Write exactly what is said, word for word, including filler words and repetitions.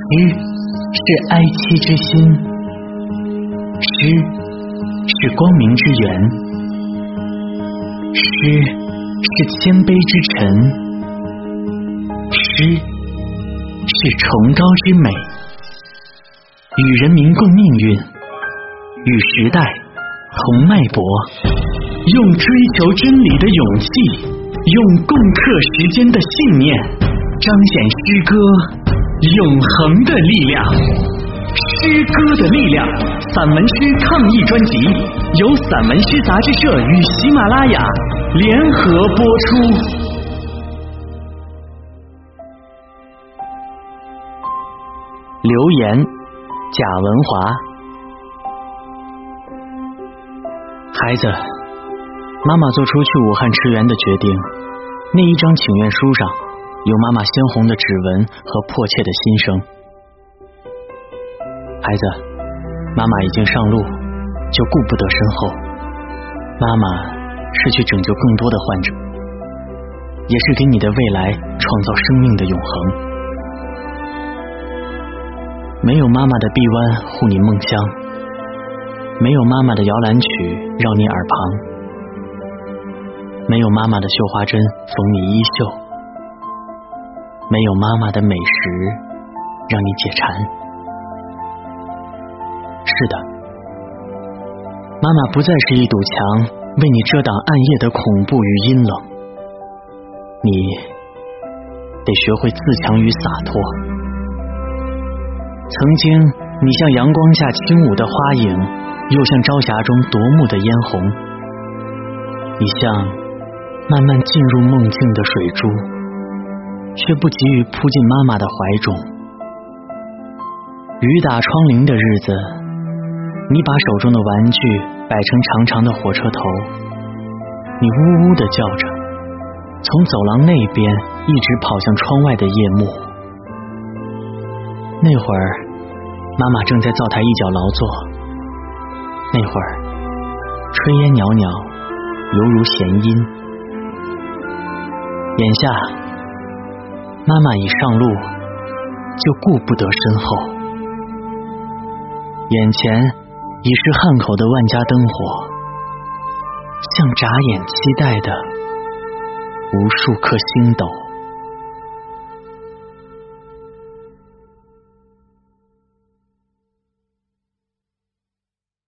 诗是哀戚之心，诗是光明之源，诗是谦卑之臣，诗是崇高之美，与人民共命运，与时代同脉搏，用追求真理的勇气，用共克时艰的信念，彰显诗歌永恒的力量。诗歌的力量散文诗抗疫专辑由散文诗杂志社与喜马拉雅联合播出。留言贾文华。孩子，妈妈做出去武汉驰援的决定，那一张请愿书上有妈妈鲜红的指纹和迫切的心声。孩子，妈妈已经上路，就顾不得身后。妈妈是去拯救更多的患者，也是给你的未来创造生命的永恒。没有妈妈的臂弯护你梦乡，没有妈妈的摇篮曲绕你耳旁，没有妈妈的绣花针缝你衣袖，没有妈妈的美食让你解馋。是的，妈妈不再是一堵墙，为你遮挡暗夜的恐怖与阴冷，你得学会自强与洒脱。曾经你像阳光下轻舞的花影，又像朝霞中夺目的嫣红，你像慢慢进入梦境的水珠，却不急于扑进妈妈的怀中。雨打窗棂的日子，你把手中的玩具摆成长长的火车头，你呜呜地叫着，从走廊那边一直跑向窗外的夜幕。那会儿妈妈正在灶台一角劳作，那会儿炊烟袅袅，犹如弦音。眼下妈妈已上路，就顾不得身后。眼前已是汉口的万家灯火，像眨眼期待的无数颗星斗。